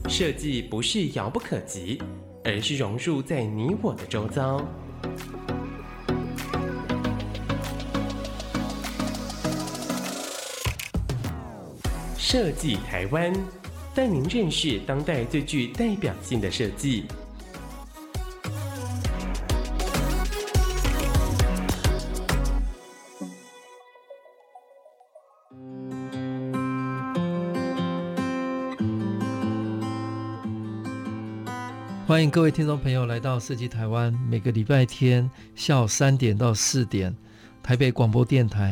设计不是遥不可及，而是融入在你我的周遭。设计台湾，带您认识当代最具代表性的设计。 欢迎各位听众朋友来到设计台湾，每个礼拜天下午3点到4点，台北广播电台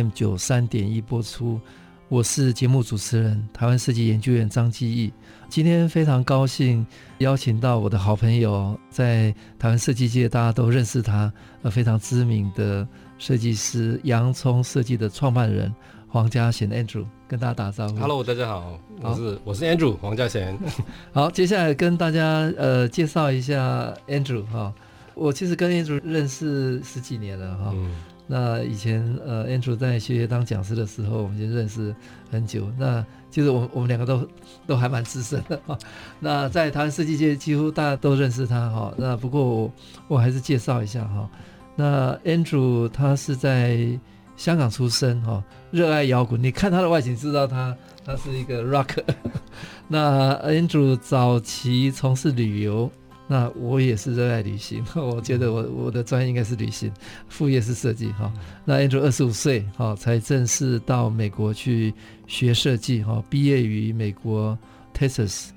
FM93.1 播出。我是节目主持人台湾设计研究员张基义。今天非常高兴邀请到我的好朋友，在台湾设计界大家都认识他，非常知名的设计师，洋葱设计的创办人黄家贤 Andrew， 跟大家打招呼。 Hello， 大家好，我是 Andrew 黄家贤。 好，接下来跟大家介绍一下 Andrew 哈。我其实跟 Andrew 认识10几年了哈。那以前Andrew 在学校当讲师的时候，我们就认识很久。那其实我们两个都还蛮资深的哈。那在台湾设计界几乎大家都认识他哈。那不过我还是介绍一下哈。那 Andrew 他是在香港出生哈，热爱摇滚。你看他的外形知道他是一个 rocker。那 Andrew 早期从事旅游。那我也是热爱旅行，我觉得我的专业应该是旅行，副业是设计。那 Andrew 25岁才正式到美国去学设计，毕业于美国 Texas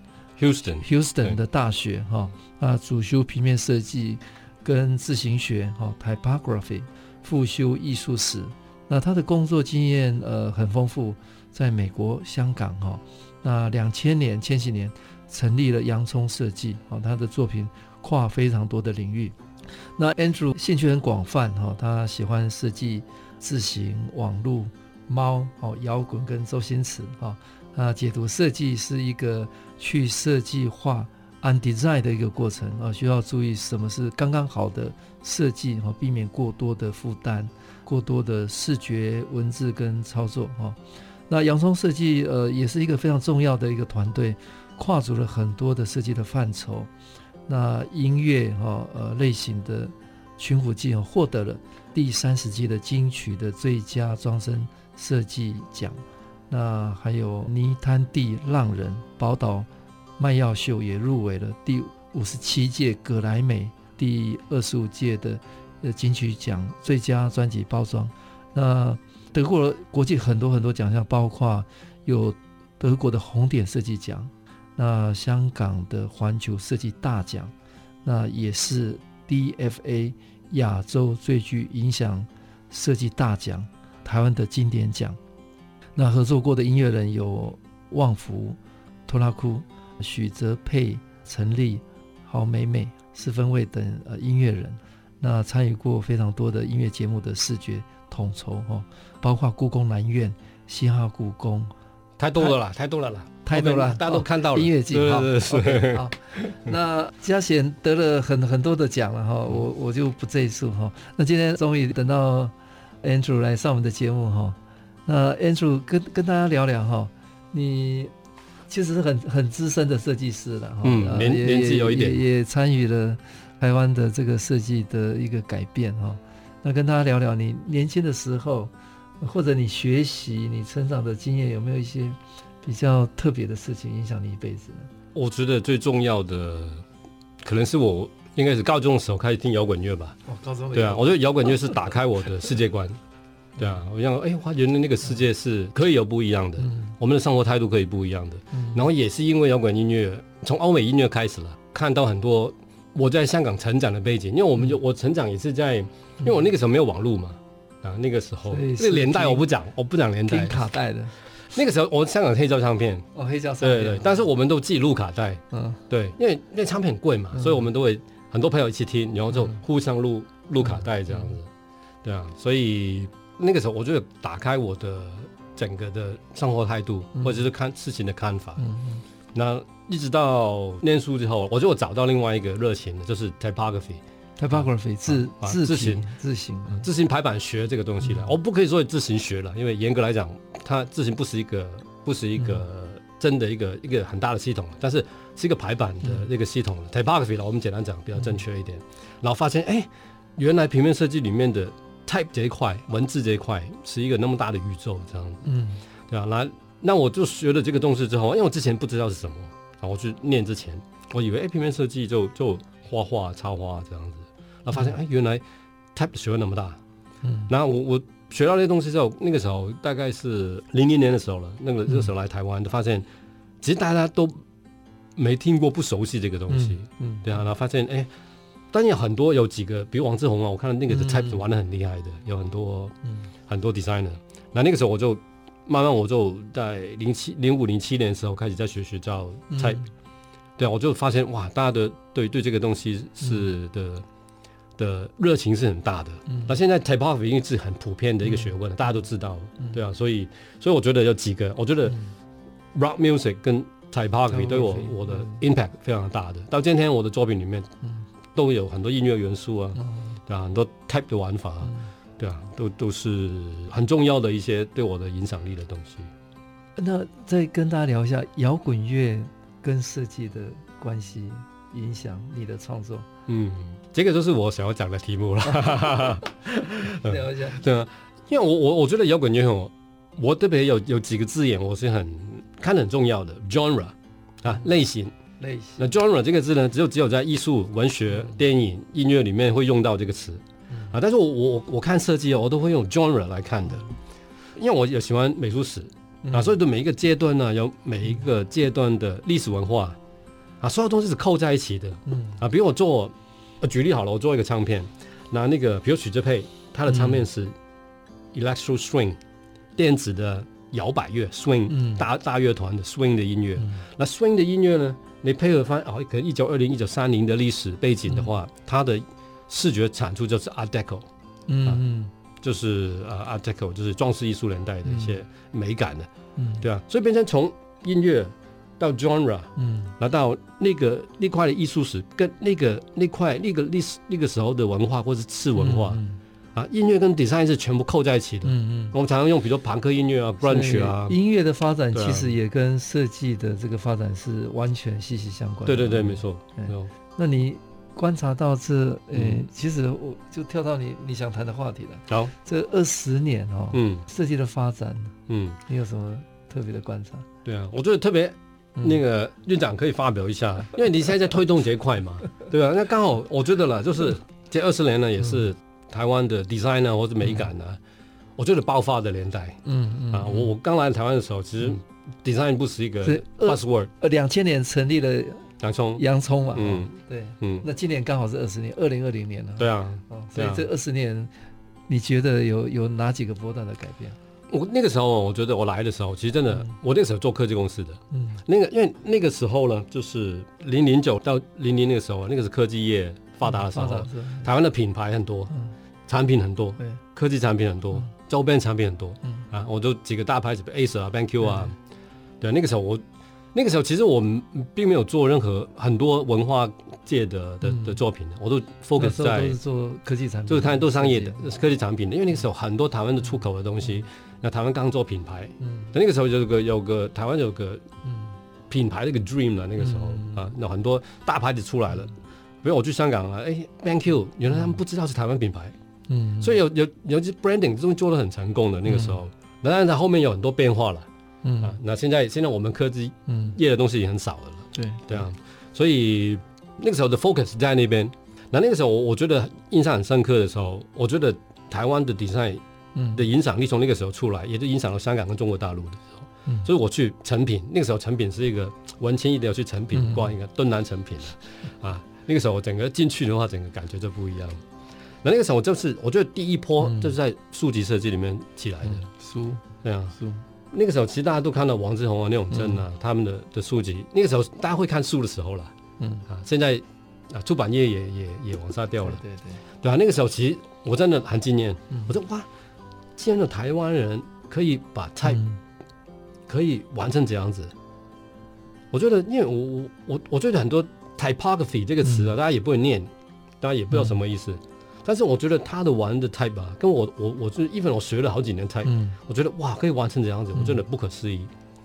Houston 的大学，主修平面设计跟字形学 Typography， 副修艺术史。那他的工作经验很丰富，在美国、香港。那千禧年成立了洋葱设计，他的作品跨非常多的领域。那 Andrew 兴趣很广泛，他喜欢设计字形、网路、猫、摇滚跟周星驰。解读设计是一个去设计化 undesign 的一个过程，需要注意什么是刚刚好的设计，避免过多的负担、过多的视觉文字跟操作。那洋葱设计也是一个非常重要的一个团队，跨足了很多的设计的范畴。那音乐类型的群虎记获得了第30届的金曲的最佳装帧设计奖。那还有泥滩地浪人宝岛卖药秀也入围了第57届葛莱美第25届的金曲奖最佳专辑包装。那得过了国际很多奖项，包括有德国的红点设计奖，那香港的环球设计大奖，那也是 DFA 亚洲最具影响设计大奖，台湾的经典奖。那合作过的音乐人有旺福、托拉库、许哲佩、陈丽、郝美美、施芬卫等音乐人。那参与过非常多的音乐节目的视觉统筹，包括故宫南院、嘻哈故宫， 太多了啦，大家都看到了。 音乐季， 对。 好，那家贤得了很多的奖了我就不赘述那今天终于等到 Andrew 来上我们的节目那 Andrew 跟大家聊聊你其实是很资深的设计师了年纪有一点， 也参与了台湾的这个设计的一个改变那跟大家聊聊你年轻的时候，或者你学习你成长的经验，有没有一些比较特别的事情影响你一辈子呢？ 我觉得最重要的可能是我应该是高中的时候开始听摇滚乐吧。 高中的。 对啊，我觉得摇滚乐是打开我的世界观。对啊，我想发觉那个世界是可以有不一样的，我们的生活态度可以不一样的。然后也是因为摇滚音乐，从欧美音乐开始了，看到很多我在香港成长的背景，因为我成长也是在，因为我那个时候没有网络嘛，那个时候那个年代我不讲年代， 听卡带的。 那个时候我香港黑胶唱片， 黑胶唱片， 对，但是我们都自己录卡带，对，因为那唱片很贵嘛，所以我们都会很多朋友一起听，然后就互相录卡带这样子，对啊，所以那个时候我觉得打开我的整个的生活态度，或者是看事情的看法。那一直到念书之后，我就找到另外一个热情的，就是 typography 字形排版学这个东西了。我不可以说自行学了，因为严格来讲，它字形不是一个真的一个很大的系统，但是是一个排版的那个系统typography 我们简单讲比较正确一点。然后发现原来平面设计里面的 type 这一块，文字这一块是一个那么大的宇宙这样子。对啊，那我就学了这个东西之后，因为我之前不知道是什么，然后我去念之前，我以为平面设计就画画插花这样子，然后发现原来 type 学问那么大。然后我学到那些东西之后，那个时候大概是00年的时候了，那个时候来台湾，就发现其实大家都没听过，不熟悉这个东西。对啊，然后发现但有几个，比如王志宏啊，我看到那个 type 玩得很厉害的，有很多designer。那个时候我就慢慢我就在05、07年的时候开始在学叫 type。对啊，我就发现哇，大家的对这个东西是的热情是很大的。那现在 typography 已经是很普遍的一个学问了，大家都知道。对啊，所以我觉得有几个，我觉得 rock music 跟 typography 对我的 impact 非常大的。到今天我的作品里面都有很多音乐元素啊，对啊，很多 type 的玩法，对啊，都是很重要的一些对我的影响力的东西。 那再跟大家聊一下摇滚乐跟设计的关系，影响你的创作。 这个就是我想要讲的题目了。 聊一下。 对啊，因为我觉得摇滚乐我特别有几个字眼我是看得很重要的 genre 啊，类型。那 genre 这个字呢，只有在艺术、文学、电影、音乐里面会用到这个词啊。但是我看设计我都会用 genre 来看的，因为我也喜欢美术史啊，所以对每一个阶段呢，有每一个阶段的历史文化啊，所有东西是扣在一起的。比如我举例好了，我做一个唱片，那个比如许哲佩，他的唱片是 electro swing 电子的摇摆乐 swing 大乐团的 swing 的音乐。那 swing 的音乐呢，你配合可能1920、1930的历史背景的话，它的视觉产出就是 Art Deco。就是Art Deco 就是壮士艺术年代的一些美感的。对啊，所以变成从音乐到 genre， 然后到那块的艺术史跟那个历史那个时候的文化或是次文化啊，音乐跟 design 是全部扣在一起的。我们常常用比如说朋克音乐啊 grunge 啊， 音乐的发展其实也跟设计的这个发展是完全息息相关的。 对，没错。 那你观察到其实我就跳到你想谈的话题了。 好， 这20年设计的发展，你有什么特别的观察？ 对啊，我觉得特别那个院长可以发表一下，因为你现在在推动这一块嘛，对吧？那刚好我觉得了，就是这20年呢，也是台湾的 design 啊或者美感啊，我觉得爆发的年代。我刚来台湾的时候，其实 design 不是一个 buzzword。 2000年成立了洋葱嘛，对，那今年刚好是20年，2020年了。 对啊， 所以这20年，你觉得有哪几个波段的改变？ 我那个时候，我觉得我来的时候，其实真的，我那个时候做科技公司的，因为那个时候呢，就是009到00那个时候，那个是科技业发达的时候，台湾的品牌很多，产品很多，科技产品很多，周边产品很多，我都几个大牌子 ，Acer 啊 ，BenQ 啊，对，那个时候其实我们并没有做任何很多文化界的作品，我都 focus 在都是做科技产品， 就是都商业的科技产品的，因为那个时候很多台湾的出口的东西，那台湾刚做品牌，那个时候有个台湾有个品牌的一个 dream 了，那个时候那很多大牌子出来了，比如我去香港了，BenQ 原来他们不知道是台湾品牌，所以有些 branding 终于做得很成功的那个时候，当然它后面有很多变化了。那现在我们科技业的东西也很少了。对啊，所以那个时候的 focus 在那边。那个时候我觉得印象很深刻的时候，我觉得台湾的 design 的影响力从那个时候出来，也就影响了香港跟中国大陆的时候。所以我去成品，那个时候成品是一个文青一定要去成品逛一个敦南成品那个时候我整个进去的话，整个感觉就不一样。那个时候我觉得第一波就是在书籍设计里面起来的书， 对啊，书。那个时候其实大家都看到王志宏啊、聂永真啊他们的书籍，那个时候大家会看书的时候了。现在出版业也往下掉了。对啊，那个时候其实我真的很惊艳，我说哇，既然有台湾人可以把type可以玩成这样子，我觉得因为我觉得很多 typography 这个词大家也不会念，大家也不知道什么意思。但是我觉得他的玩的 type 跟我就even 我学了好几年 type，我觉得哇可以玩成这样子，我真的不可思议。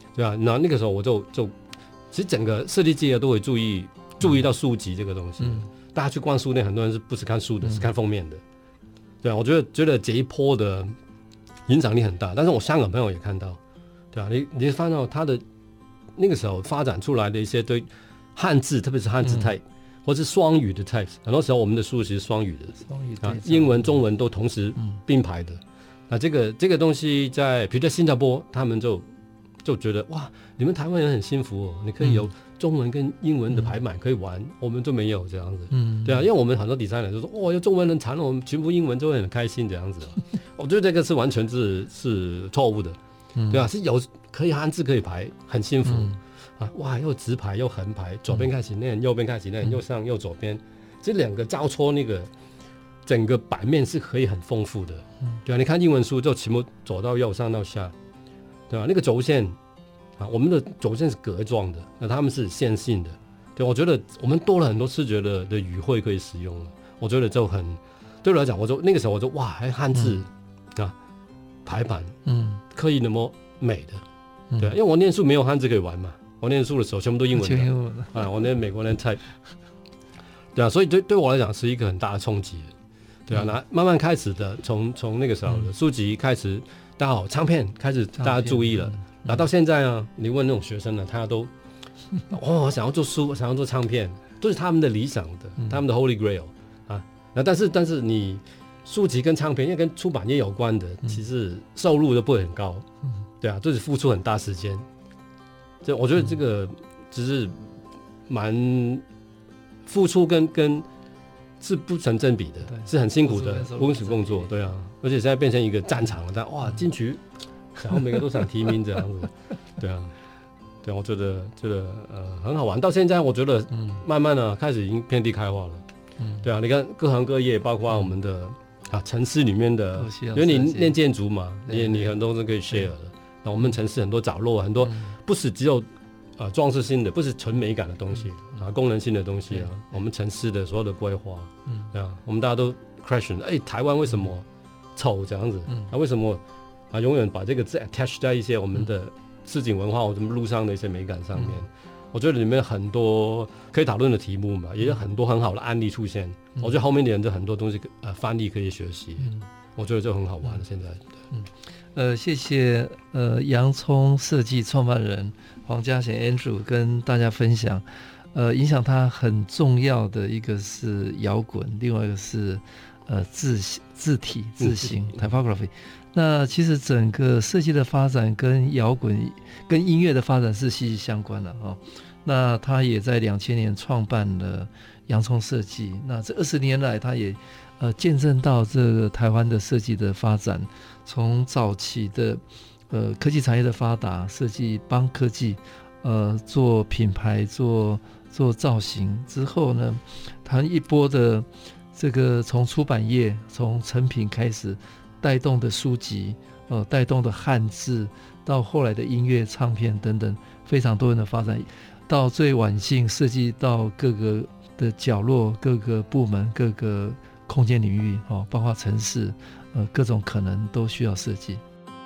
对吧？那个时候我就其实整个设计界都会注意到书籍这个东西。大家去逛书店，很多人是不是看书的，是看封面的。对啊，我觉得这一波的影响力很大。但是我香港朋友也看到，对啊，你发现到他的那个时候发展出来的一些对汉字，特别是汉字 type，或是双语的 type， 很多时候我们的书其实双语的，英文、中文都同时并排的。那这个东西在，比如在新加坡，他们就觉得哇，你们台湾人很幸福哦，你可以有中文跟英文的排版可以玩，我们就没有这样子。对啊，因为我们很多 designer 就说，哦，有中文人惨了，我们全部英文就会很开心这样子。我觉得这个是完全是错误的，对啊，是有可以汉字可以排，很幸福。哇，又直排又横排，左边开始念，右边开始念，右上右左边，这两个交错那个整个版面是可以很丰富的。对啊，你看英文书就全部左到右，上到下，对吧？那个轴线我们的轴线是格状的，那他们是线性的。对，我觉得我们多了很多视觉的语汇可以使用了。我觉得就很对我来讲，那个时候我就哇，还汉字排版，刻意那么美的，对啊，因为我念书没有汉字可以玩嘛。我念书的时候全部都英文的，我念美国人 type， 对啊，所以对我来讲是一个很大的冲击，对啊，那慢慢开始的，从那个时候的书籍开始，到唱片开始大家注意了，然后到现在啊，你问那种学生呢，他都想要做书，想要做唱片，都是他们的理想的，他们的 Holy Grail 啊，那但是你书籍跟唱片，因为跟出版业有关的，其实收入都不会很高，对啊，就是付出很大时间。我觉得这个只是蛮付出跟是不成正比的，是很辛苦的温室工作，对啊，而且现在变成一个战场了，但哇进去，然后每个都想提名这样子，对啊，对，我觉得很好玩。到现在我觉得慢慢的开始已经遍地开花了，对啊，你看各行各业，包括我们的城市里面的，因为你练建筑嘛，你很多是可以 share 的。那我们城市很多角落，很多不是只有装饰性的，不是纯美感的东西功能性的东西我们城市的所有的规划，对啊，我们大家都 question， 台湾为什么丑这样子？为什么永远把这个字 attach 在一些我们的市井文化或者路上的一些美感上面？我觉得里面很多可以讨论的题目嘛，也有很多很好的案例出现。我觉得后面的人就很多东西范例可以学习，我觉得就很好玩。现在谢谢洋葱设计创办人黄嘉贤 Andrew 跟大家分享，影响他很重要的一个是摇滚，另外一个是字体字形 typography。那其实整个设计的发展跟摇滚跟音乐的发展是息息相关的那他也在2000年创办了洋葱设计，那这20年来他也见证到这个台湾的设计的发展，从早期的科技产业的发达，设计帮科技做品牌做造型之后呢，他一波的这个从出版业从成品开始带动的书籍带动的汉字，到后来的音乐唱片等等非常多人的发展，到最晚性设计到各个的角落，各个部门，各个空间领域包括城市各种可能都需要设计。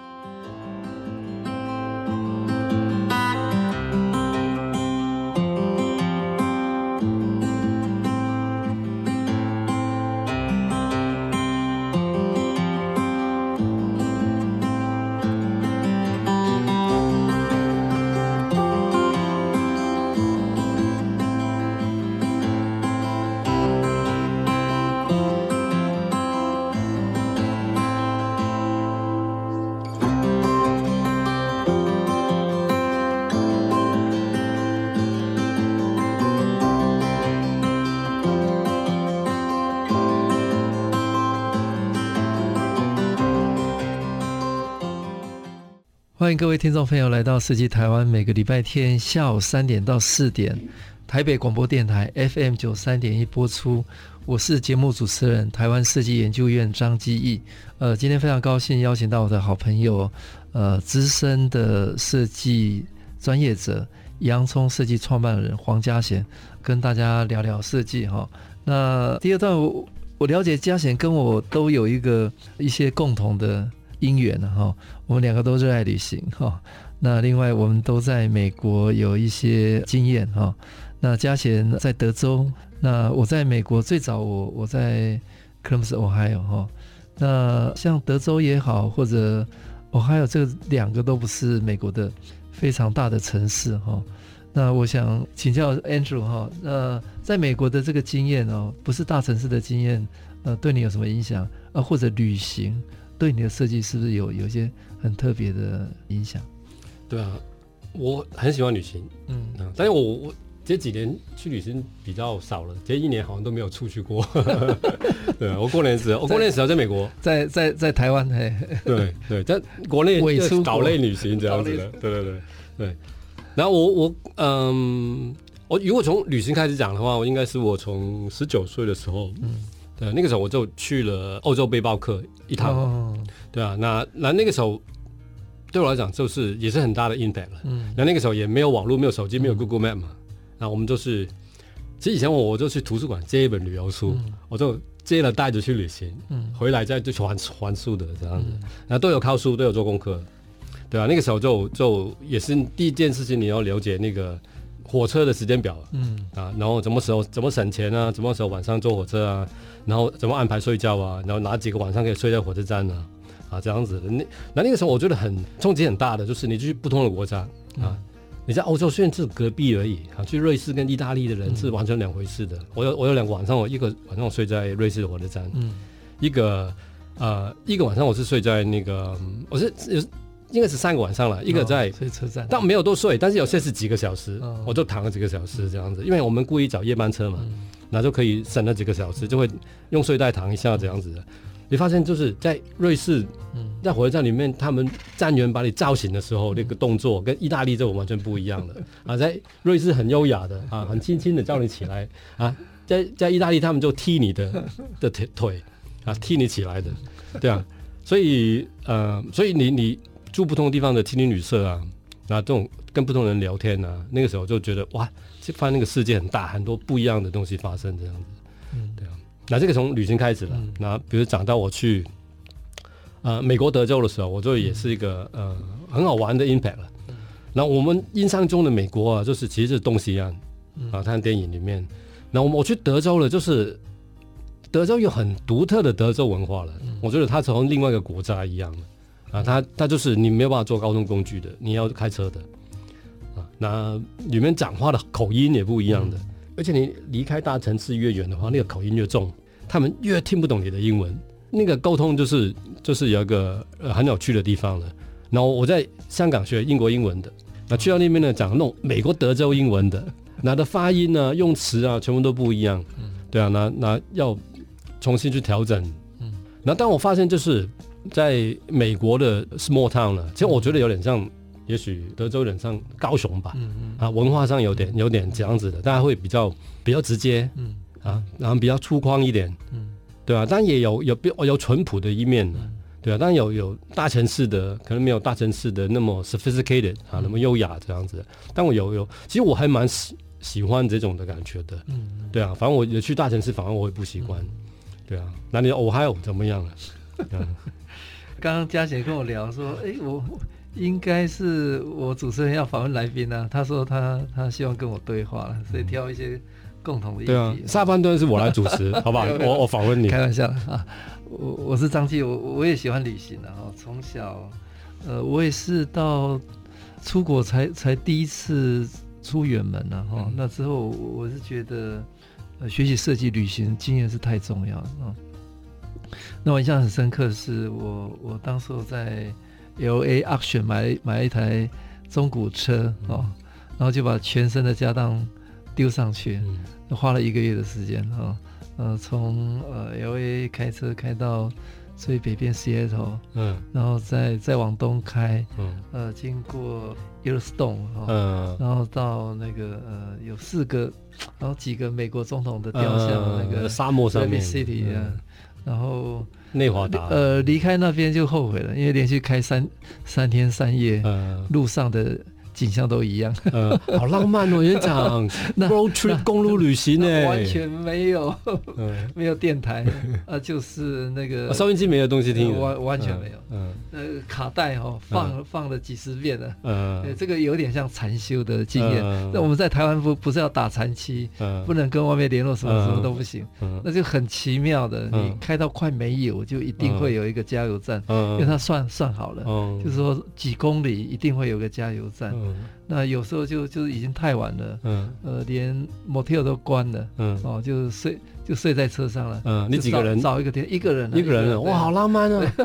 欢迎各位听众朋友来到设计台湾，每个礼拜天下午3点到4点，台北广播电台 FM 93.1播出。我是节目主持人台湾设计研究院张基义。今天非常高兴邀请到我的好朋友，资深的设计专业者，洋葱设计创办人黄嘉贤，跟大家聊聊设计那第二段我了解嘉贤跟我都有一些共同的因缘哈，我们两个都热爱旅行哈。那另外我们都在美国有一些经验哈。那嘉贤在德州，那我在美国最早我在 Columbus Ohio 哈。那像德州也好，或者 Ohio 这两个都不是美国的非常大的城市哈。那我想请教 Andrew 哈，在美国的这个经验哦，不是大城市的经验，对你有什么影响啊？或者旅行对你的设计是不是有一些很特别的影响？ 对啊，我很喜欢旅行，但是我这几年去旅行比较少了，这一年好像都没有出去过。对啊，我过年的时候在美国， 在台湾， 对，在国内岛内旅行这样子的，对。然后我如果从旅行开始讲的话，我应该是我从19岁的时候，对，那个时候我就去了欧洲背包客一趟，对啊，那个时候对我来讲就是也是很大的 impact 了，那个时候也没有网络，没有手机，没有 Google Map 嘛，那我们就是其实以前我就去图书馆借一本旅游书，我就借了带着去旅行，回来再就还书的这样子，然后都有靠书，都有做功课。对啊，那个时候就也是第一件事情，你要了解那个火车的时间表，然后怎么省钱啊，怎么时候晚上坐火车啊，然后怎么安排睡觉啊，然后哪几个晚上可以睡在火车站啊，这样子的。那个时候我觉得很冲击很大的，就是你去不同的国家啊，你在欧洲虽然是隔壁而已啊，去瑞士跟意大利的人是完全两回事的。我有2个晚上，一个晚上我睡在瑞士的火车站，一个晚上我是睡在那个应该是3个晚上了，一个在车站， 但没有多睡，但是有些是几个小时，我就躺了几个小时这样子，因为我们故意找夜班车嘛，那就可以省了几个小时，就会用睡袋躺一下这样子的。你发现就是在瑞士，在火车站里面，他们站员把你叫醒的时候，那个动作跟意大利这种完全不一样的啊，在瑞士很优雅的啊，很轻轻的叫你起来啊，在意大利他们就踢你的腿啊，踢你起来的，对啊，所以你住不同的地方的青年旅社啊，然后这种跟不同人聊天啊，那个时候就觉得哇，发现那个世界很大，很多不一样的东西发生这样子，对啊。那这个从旅行开始了，那比如讲到我去美国德州的时候，我就也是一个很好玩的 impact 了。那我们印象中的美国啊，就是其实是东西岸啊，看电影里面。那我去德州了，就是德州有很独特的德州文化了，我觉得它从另外一个国家一样的。啊，它就是你没有办法坐交通工具的，你要开车的，啊，那里面讲话的口音也不一样的，而且你离开大城市越远的话，那个口音越重，他们越听不懂你的英文，那个沟通就是有一个很有趣的地方了。然后我在香港学英国英文的，那去到那边呢讲那种美国德州英文的，那的发音啊、用词啊，全部都不一样，对啊，那要重新去调整。那当我发现就是在美国的 small town 了，其实我觉得有点像，也许德州有点像高雄吧，文化上有点这样子的，大家会比较直接，然后比较粗犷一点，对啊，当然也有淳朴的一面的，对啊，当然有大城市的，可能没有大城市的那么 sophisticated 那么优雅这样子的，但我有，其实我还蛮喜欢这种的感觉的，对啊，反正我去大城市，反而我会不习惯，对啊，那你Ohio怎么样了？ 刚刚嘉贤跟我聊说，我应该是我主持人要访问来宾啊，他说他希望跟我对话，所以挑一些共同的议题。 对啊，下半段是我来主持，好不好？我访问你。 开玩笑啊，我是张继，我也喜欢旅行啊，从小我也是到出国才第一次出远门啊，那之后我是觉得学习设计旅行经验是太重要了啊。那我印象很深刻的是我当时在 LA auction 买了一台中古车然后就把全身的家当丢上去，花了1个月的时间从LA 开车开到最北边 Seattle，然后再往东开，经过 Yellowstone，然后到那个有然后几个美国总统的雕像，那个沙漠上面 City 然后内华达离开那边就后悔了，因为连续开3天3夜，路上的景象都一样。 好浪漫哦，园长，road trip 公路旅行呢， 完全没有，没有电台就是那个收音机没有东西听， 完全没有。卡带放了几十遍了，这个有点像禅修的经验。那我们在台湾不是要打禅期，不能跟外面联络，什么都不行，那就很奇妙的。你开到快没油，就一定会有一个加油站，因为它算好了，就是说几公里一定会有个加油站。那有时候就是已经太晚了，连 motel 都关了，就睡在车上了。 你几个人？ 找一个天，一个人， 哇，好浪漫啊！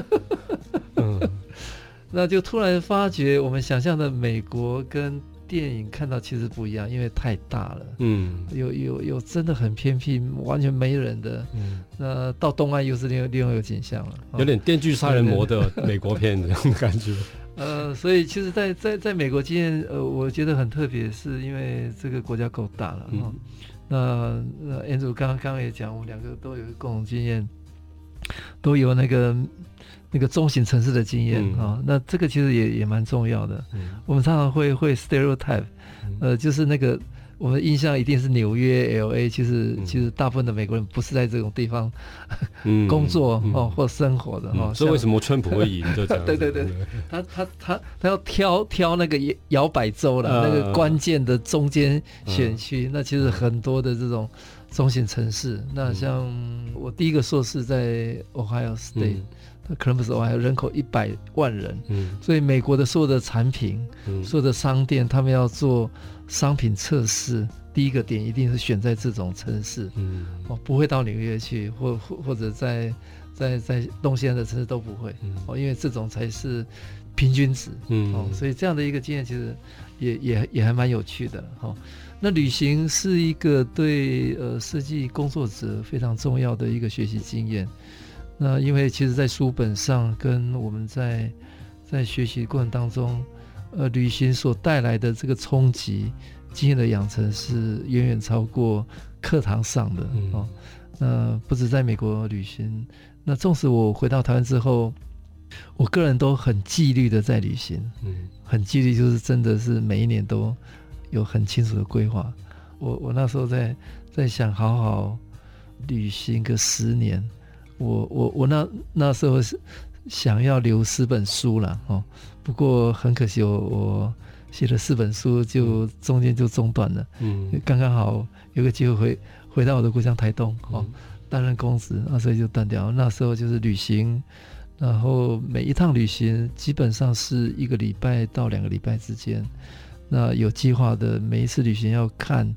那就突然发觉，我们想象的美国跟电影看到其实不一样，因为太大了。有真的很偏僻，完全没人的。那到东岸又是另外一个景象了， 有点《电锯杀人魔》的美国片这样的感觉。 所以其实在美国经验，我觉得很特别，是因为这个国家够大了。那 Andrew 刚刚也讲，我们两个都有一个共同经验，都有那个中型城市的经验那这个其实也蛮重要的。我们常常会 stereotype，就是那个我们印象一定是纽约 LA， 其实大部分的美国人不是在这种地方工作或生活的所以为什么川普会赢就这样？ 对，他要挑那个摇摆州了，那个关键的中间选区，那其实很多的这种中型城市。那像我第一个硕士在 Ohio State。Columbus Ohio 人口100万人，所以美国的所有的产品，所有的商店，他们要做商品测试，第一个点一定是选在这种城市，不会到纽约去，或者在东西岸的城市都不会，因为这种才是平均值，所以这样的一个经验其实也还蛮有趣的。那旅行是一个对设计工作者非常重要的一个学习经验。那因为其实在书本上跟我们在学习过程当中，旅行所带来的这个冲击经验的养成是远远超过课堂上的那不止在美国旅行，那纵使我回到台湾之後，我个人都很纪律的在旅行，很纪律就是真的是每一年都有很清楚的规划。我那时候在想好好旅行个10年。我那时候是想要留10本书啦不过很可惜我写了4本书就中间就中断了，刚刚好有个机会回到我的故乡台东担任公职，所以就断掉。那时候就是旅行，然后每一趟旅行基本上是1个礼拜到2个礼拜之间，那有计划的每一次旅行要看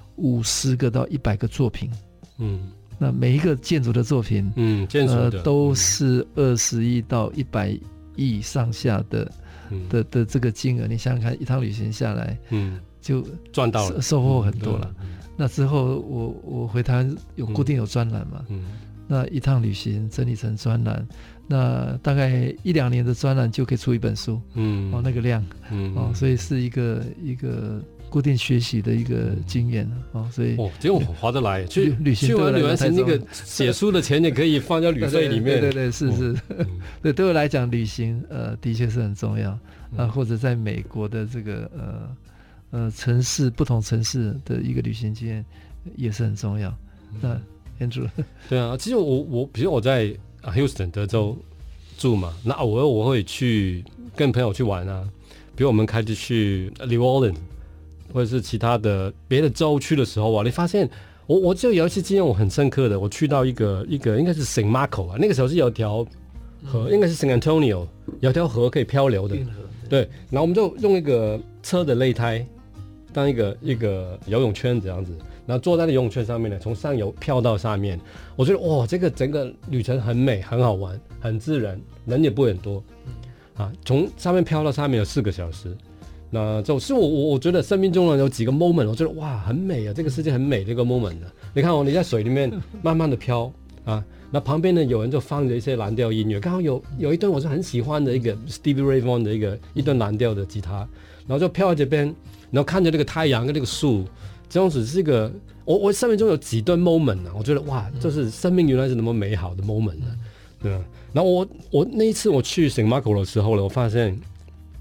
50个到100个作品，那每一个建筑的作品，都是20亿到100亿上下的这个金额。你想想看，一趟旅行下来，就赚到了， 收获很多了。那之后我回台湾固定有专栏嘛，那一趟旅行整理成专栏，那大概1-2年的专栏就可以出1本书，那个量，所以是一个固定学习的一个经验所以这种很划得来，去完旅完那个写书的钱也可以放在旅费里面。 对，是，对，对我来讲，旅行的确是很重要或者在美国的这个城市不同城市的一个旅行经验也是很重要。那 Andrew， 对啊，其实我比如我在 Houston 德州住嘛，那偶尔我会去跟朋友去玩啊，比如我们开始去 New Orleans。或者是其他的别的州去的时候你发现我就有一次经验我很深刻的，我去到一个应该是 San Marco 那个时候是有条河，应该是 San Antonio 有条河可以漂流的，对，然后我们就用一个车的擂台当一个游泳圈这样子，然后坐在那游泳圈上面呢，从上游漂到下面，我觉得这个整个旅程很美，很好玩，很自然，人也不会很多从上面漂到下面有4个小时。那就是我觉得生命中有几个 moment， 我觉得很美啊，这个世界很美，这个 moment 的。你看你在水里面慢慢的飘那旁边呢有人就放着一些蓝调音乐，刚好有一段我是很喜欢的一个 Stevie Ray Vaughan 的一段蓝调的吉他，然后就飘在这边，然后看着那个太阳跟那个树，这样子是一个我生命中有几段 moment 我觉得就是生命原来是那么美好的 moment 对然后我那一次我去 San Marco 的时候呢，我发现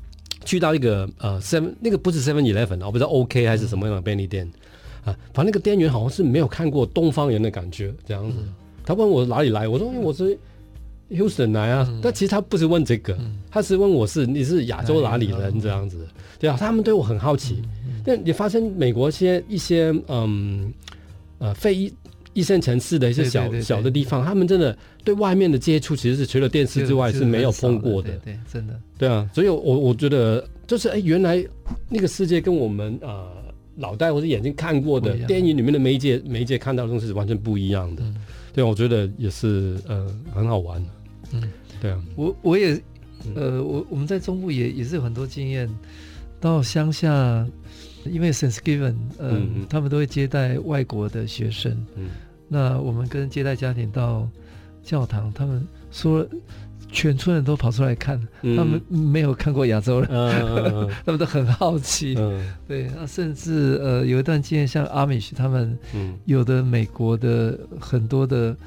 去到一个那个不是 7-Eleven 我不知道 OK 还是什么样的便利店啊，反正那个店员好像是没有看过东方人的感觉这样子。他问我哪里来，我说我是 Houston 来啊，但其实他不是问这个，他是问我你是亚洲哪里人这样子。对啊，他们对我很好奇。但你发现美国一些非一线城市的一些小的地方，他们真的对外面的接触其实是除了电视之外是没有碰过的。 对，真的。 对啊，所以我觉得就是原来那个世界跟我们脑袋或者眼睛看过的电影里面的媒介看到的东西是完全不一样的。对，我觉得也是很好玩的。对啊， 我也我们在中部也是有很多经验，到乡下。因为 Thanksgiving 他们都会接待外国的学生。那我们跟接待家庭到教堂，他们说全村人都跑出来看，他们没有看过亚洲人，他们都很好奇。对，甚至有一段经验，像 Amish 他们有的美国的很多的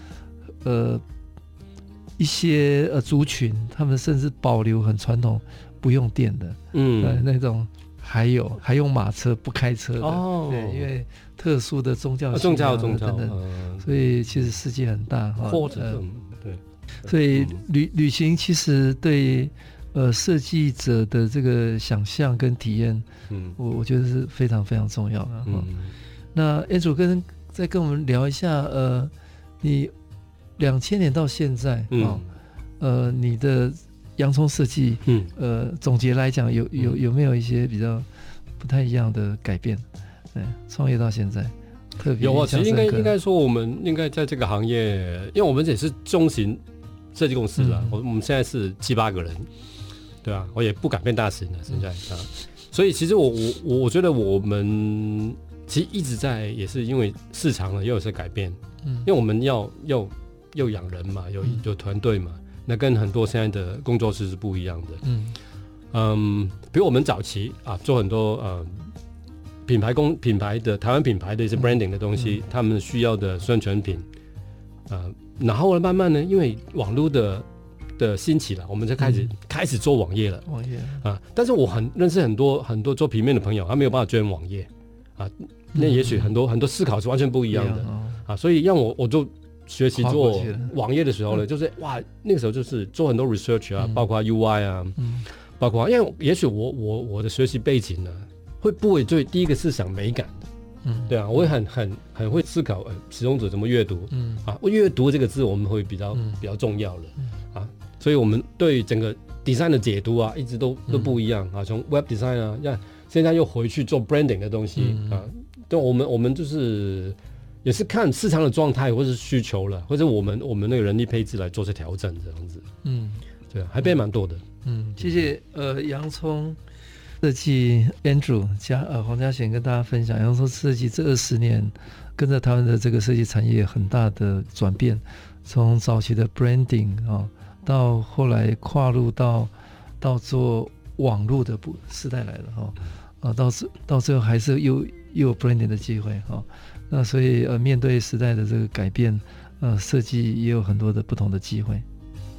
一些族群，他们甚至保留很传统不用电的那种。还用马车不开车的。对，因为特殊的宗教信仰等等，所以其实世界很大或者对， 所以旅行其实对设计者的这个想象跟体验，我觉得是非常非常重要的。那 Andrew 再跟我们聊一下，你2000年到现在你的洋葱设计，总结来讲，有没有一些比较不太一样的改变？对，创业到现在，特别有啊。其实应该说，我们应该在这个行业，因为我们也是中型设计公司了，我们现在是7-8个人，对啊，我也不敢变大型了，现在所以其实我觉得我们其实一直在，也是因为市场呢又有些改变，因为我们要养人嘛，有团队嘛。那跟很多现在的工作室是不一样的。比如我们早期做很多品牌的台湾品牌的一些 branding 的东西，他们需要的宣传品，然后呢慢慢呢，因为网络的兴起了，我们就开始做网页了。但是我认识很多做平面的朋友，他没有办法捐网页那也许很多思考是完全不一样的所以让我就学习做网页的时候呢，就是那个时候就是做很多 research 包括 UI 包括因为也许我的学习背景呢，不会对第一个是想美感的，对啊，我会很会思考使用者怎么阅读，阅读这个字我们会比较重要的所以我们对整个 design 的解读一直都不一样从 web design 现在又回去做 branding 的东西对，我们就是也是看市场的状态或是需求了，或者我们那个人力配置来做些调整这样子。对，还变蛮多的。 谢谢洋葱设计 Andrew 加黄嘉贤跟大家分享洋葱设计这20年跟着台湾的这个设计产业很大的转变，从早期的 branding 到后来跨入到做网络的时代来了到最后还是又有 branding 的机会那所以面对时代的这个改变，设计也有很多的不同的机会。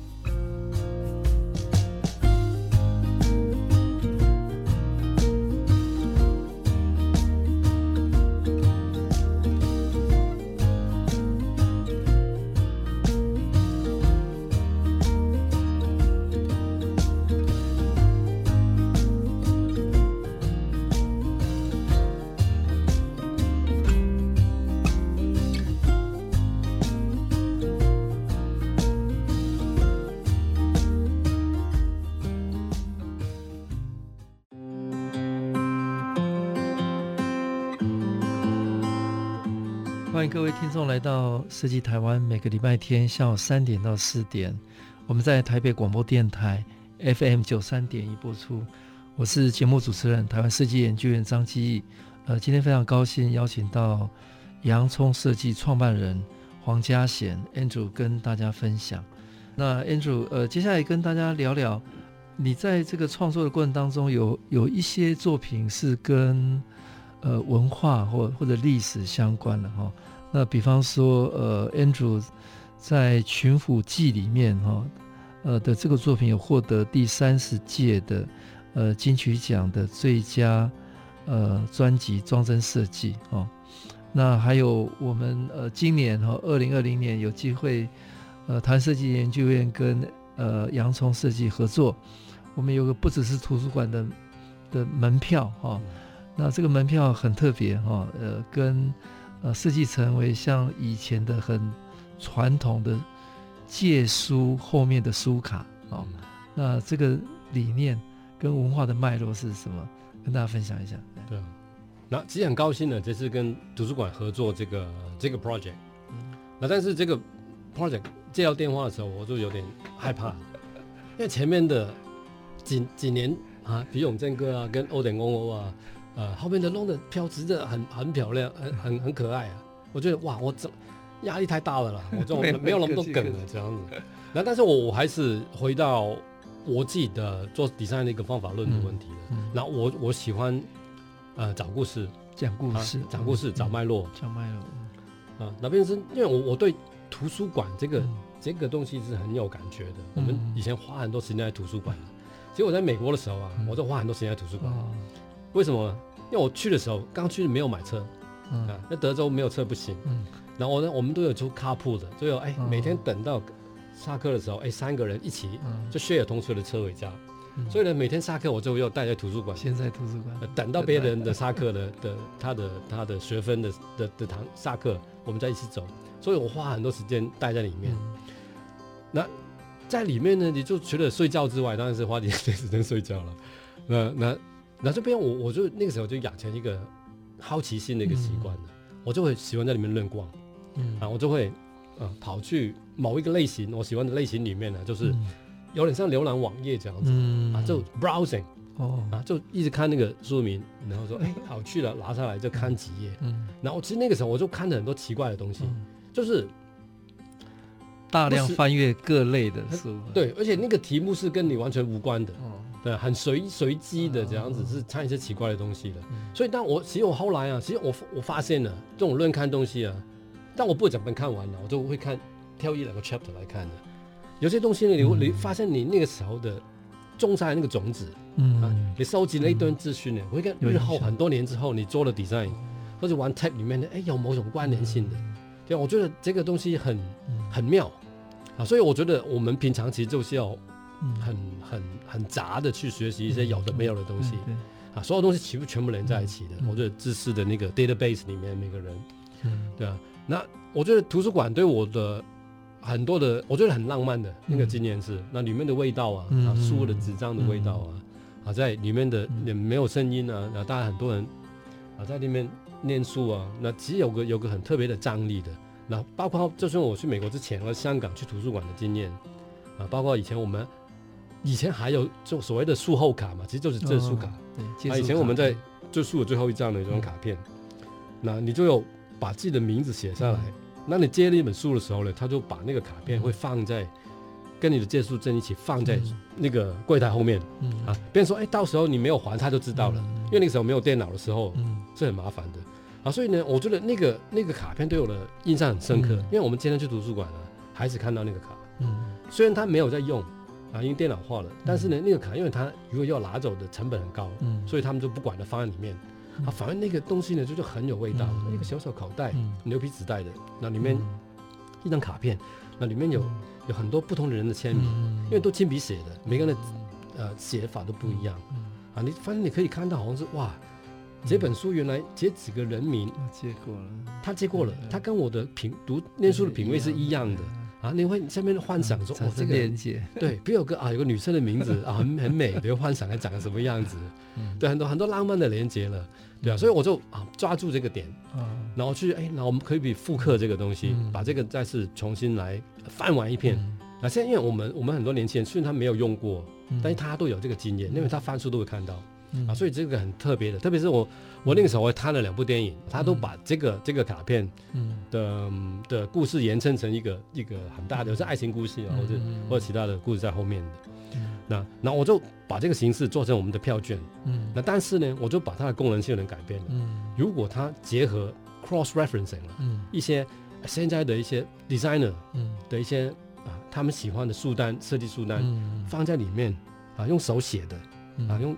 欢迎各位听众来到设计台湾，每个礼拜天下午3点到4点，我们在台北广播电台 FM 93.1播出。我是节目主持人台湾设计研究员张基义。今天非常高兴邀请到洋葱设计创办人黄嘉贤 Andrew 跟大家分享。那 Andrew 接下来跟大家聊聊，你在这个创作的过程当中有一些作品是跟文化或者历史相关的那比方说Andrew 在群府记里面的这个作品有获得第30届的金曲奖的最佳专辑装帧设计哦。那还有我们今年2020年有机会台湾设计研究院跟洋葱设计合作，我们有个不只是图书馆的门票那这个门票很特别跟设计成为像以前的很传统的借书后面的书卡那这个理念跟文化的脉络是什么？跟大家分享一下。 对啊，那其实很高兴的，这次跟图书馆合作这个 project，那但是这个 project 接到电话的时候，我就有点害怕，因为前面的几年比永正哥跟欧典公欧后面的弄的飘直的很漂亮，很可爱我觉得哇，我压力太大了啦，我这种没有那么多梗了这样子。那但是我还是回到我自己的做 design 的一个方法论的问题了。然后我喜欢找故事、 讲故事、 找脉络、那边是因为我对图书馆这个东西是很有感觉的。我们以前花很多时间在图书馆其实我在美国的时候我就花很多时间在图书馆。为什么？因为我去的时候刚去没有买车那德州没有车不行。然后我们都有出 carpool 的，就有每天等到下课的时候3个人一起就 share 同学的车回家。所以呢，每天下课我就又带在图书馆， 先在图书馆等到别人的下课的他的学分的堂下课，我们再一起走。所以我花很多时间待在里面。那在里面呢，你就除了睡觉之外，当然是花点时间睡觉了。那这边我就那个时候就养成一个好奇心的一个习惯了，我就会喜欢在里面乱逛。我就会跑去某一个类型我喜欢的类型里面呢，就是有点像浏览网页这样子就 browsing 就一直看那个书名，然后说好去了，拿下来就看几页。然后其实那个时候我就看了很多奇怪的东西，就是大量翻阅各类的书。 对，而且那个题目是跟你完全无关的。对，很随机的这样子，是看一些奇怪的东西的。所以其实我后来其实我发现了这种乱看东西但我不会整本看完了，我就会挑1-2个 chapter 来看的。有些东西呢，你发现你那个时候的种下那个种子你收集了一堆资讯呢，会跟日后很多年之后你做了 design 或者玩 tech 里面的有某种关联性的。对，我觉得这个东西很妙所以我觉得我们平常其实就是要很杂的去学习一些有的没有的东西所有东西全部连在一起的。我觉得知识的那个 database 里面每个人对那我觉得图书馆对我的很多的我觉得很浪漫的那个经验是那里面的味道书的纸张的味道在里面的没有声音那当然很多人在里面念书那其实有个很特别的张力的。那包括就算我去美国之前和香港去图书馆的经验包括以前还有就所谓的术后卡嘛，其实就是借书卡。以前我们在就书的最后一张的一张卡片，那你就有把自己的名字写下来。那你借了一本书的时候呢，他就把那个卡片会放在跟你的借书证一起放在那个柜台后面别人说到时候你没有还他就知道了。因为那个时候没有电脑的时候是很麻烦的所以呢，我觉得那个卡片对我的印象很深刻。因为我们今天去图书馆还是看到那个卡虽然他没有在用因为电脑化了，但是呢那个卡因为他如果要拿走的成本很高所以他们就不管了，放在里面反正那个东西呢就很有味道一个小小口袋牛皮纸袋的，那里面一张卡片，那里面有很多不同的人的签名因为都亲笔写的，每个人的写法都不一样你发现你可以看到好像是哇这本书原来这几个人名他接过了他跟我的念书的品味是一样的你会下面幻想说这个连接对，比如有个女生的名字很美，比如幻想她长得什么样子对，很多浪漫的连接了对所以我就抓住这个点然后去那我们可以复刻这个东西把这个再次重新来翻完一遍现在因为我们很多年轻人虽然他没有用过但是他都有这个经验，因为他翻书都会看到所以这个很特别的，特别是我那个时候我看了2部电影他都把这个卡片的故事延伸成一个很大的，有些爱情故事或者其他的故事在后面的那我就把这个形式做成我们的票券那但是呢我就把它的功能性能改变了如果它结合 cross referencing 了一些现在的一些 designer 的一些他们喜欢的书单设计书单放在里面用手写的用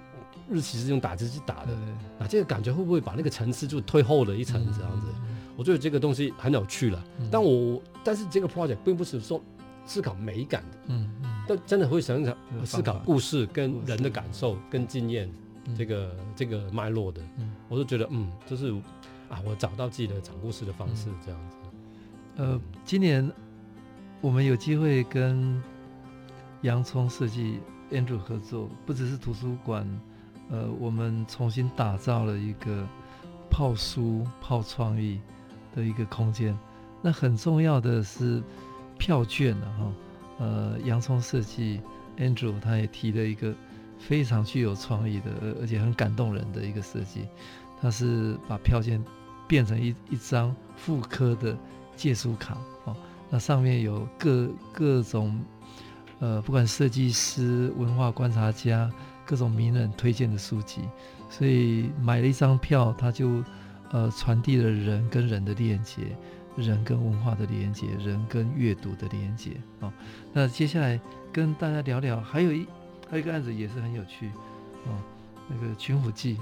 日期是用打字机打的，这个感觉会不会把那个层次就推后了一层这样子？我觉得这个东西很有趣了。但是这个 project 并不是说思考美感的，但真的会想思考故事跟人的感受跟经验这个脉络的。我就觉得就是我找到自己的讲故事的方式这样子。 今年我们有机会跟洋葱设计 Andrew 合作，不只是图书馆，我们重新打造了一个泡书泡创意的一个空间。那很重要的是票券洋葱设计 Andrew 他也提了一个非常具有创意的而且很感动人的一个设计，他是把票券变成一张复刻的借书卡，那上面有各种不管设计师、文化观察家、各种名人推荐的书籍，所以买了一张票，它就传递了人跟人的连结，人跟文化的连结，人跟阅读的连结。那接下来跟大家聊聊，还有一个案子也是很有趣那个群虎记。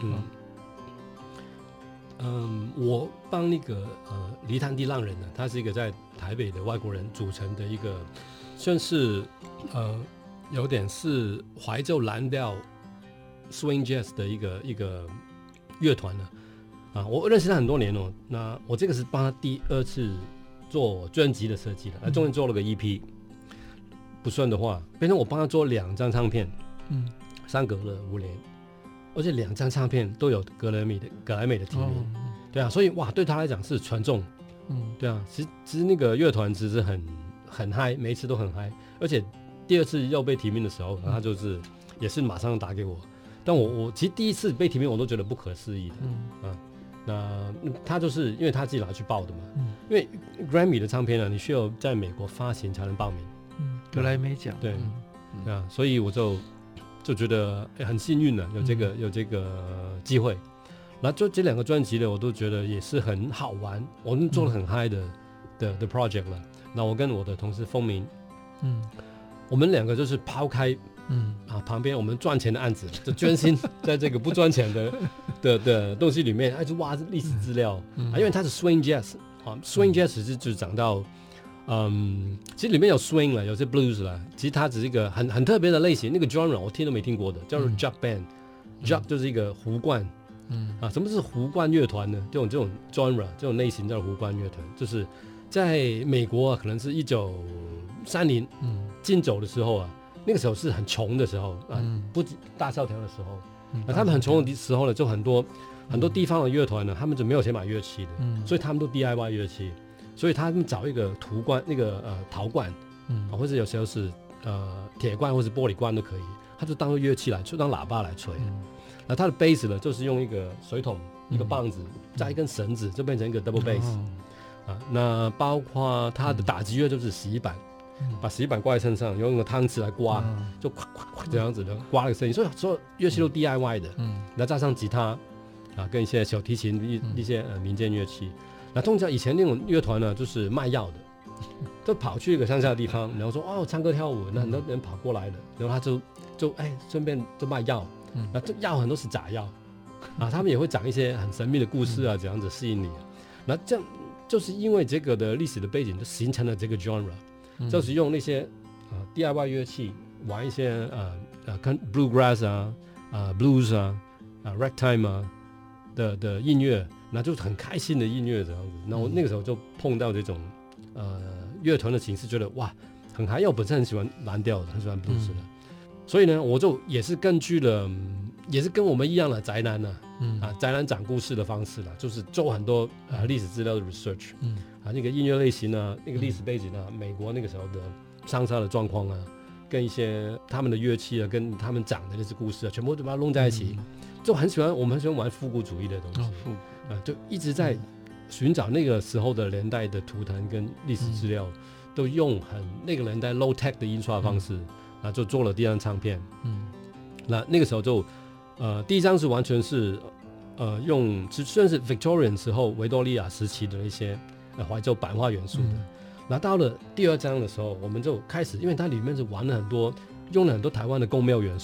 我帮那个黎潭地浪人呢，他是一个在台北的外国人组成的一个，算是有点是怀旧蓝调 swing jazz 的一个乐团呢。我认识他很多年了。那我这个是帮他第2次做专辑的设计了，中间做了个 EP， 不算的话，变成我帮他做2张唱片，相隔了5年。而且2张唱片都有格莱美的提名，对啊，所以对他来讲是传中，对啊，其实那个乐团其实很嗨，每一次都很嗨，而且第2次要被提名的时候，他就是也是马上打给我，但我其实第1次被提名我都觉得不可思议的，那他就是因为他自己拿去报的嘛，因为 Grammy 的唱片呢，你需要在美国发行才能报名， 格莱美奖， 对啊，所以我就觉得很幸运了，有这个机会。那就这2个专辑呢，我都觉得也是很好玩，我们做了很嗨的 project 了。那我跟我的同事风明，我们2个就是抛开旁边我们赚钱的案子，就专心在这个不赚钱的东西里面，就挖历史资料因为它是 swing jazz swing jazz 是就讲到。其实里面有 swing 了，有些 blues 了，其实它只是一个很特别的类型，那个 genre 我听都没听过的，叫做 jug band，jug 就是一个胡冠，什么是胡冠乐团呢？这种 genre 这种类型叫胡冠乐团，就是在美国可能是1930进走的时候那个时候是很穷的时候不大萧条的时候，他们很穷的时候呢，就很多地方的乐团呢，他们就没有钱买乐器的，所以他们都 DIY 乐器。所以他们找一个陶罐，或者有时候是铁罐或是玻璃罐都可以，他就当乐器就当喇叭来吹。那他的 bass 呢，就是用一个水桶、一个棒子加一根绳子，就变成一个 double bass。那包括他的打击乐就是洗衣板，把洗衣板挂在身上，用一个汤匙来刮，就咵咵咵这样子的刮了个声音。所以乐器都 DIY 的，那加上吉他跟一些小提琴一些民间乐器。那通常以前那种乐团呢，就是卖药的，就跑去一个乡下的地方，然后说唱歌跳舞，那很多人跑过来了，然后他就顺便就卖药，那这药很多是假药他们也会讲一些很神秘的故事这样子吸引你。那这样就是因为这个的历史的背景，就形成了这个 genre，就是用那些DIY 乐器玩一些跟 bluegrass blues ragtime 的音乐。那就是很开心的音乐这样子，那我那个时候就碰到这种乐团的形式，觉得很嗨。因为我本身很喜欢蓝调的，很喜欢 blues 的，所以呢，我就也是根据了，也是跟我们一样的宅男宅男讲故事的方式就是做很多历史资料的 research，那个音乐类型那个历史背景美国那个时候的商杀的状况跟一些他们的乐器跟他们讲的那些故事全部都把它弄在一起，就很喜欢，我们很喜欢玩复古主义的东西。就一直在寻找那个时候的年代的图腾跟历史资料，都用那个年代 low tech 的印刷方式，就做了第2张唱片。那个时候就第1张是完全是用虽然是 Victorian 时候维多利亚时期的一些怀旧版画元素的。那到了第2张的时候，我们就开始，因为它里面是用了很多台湾的宫庙元素，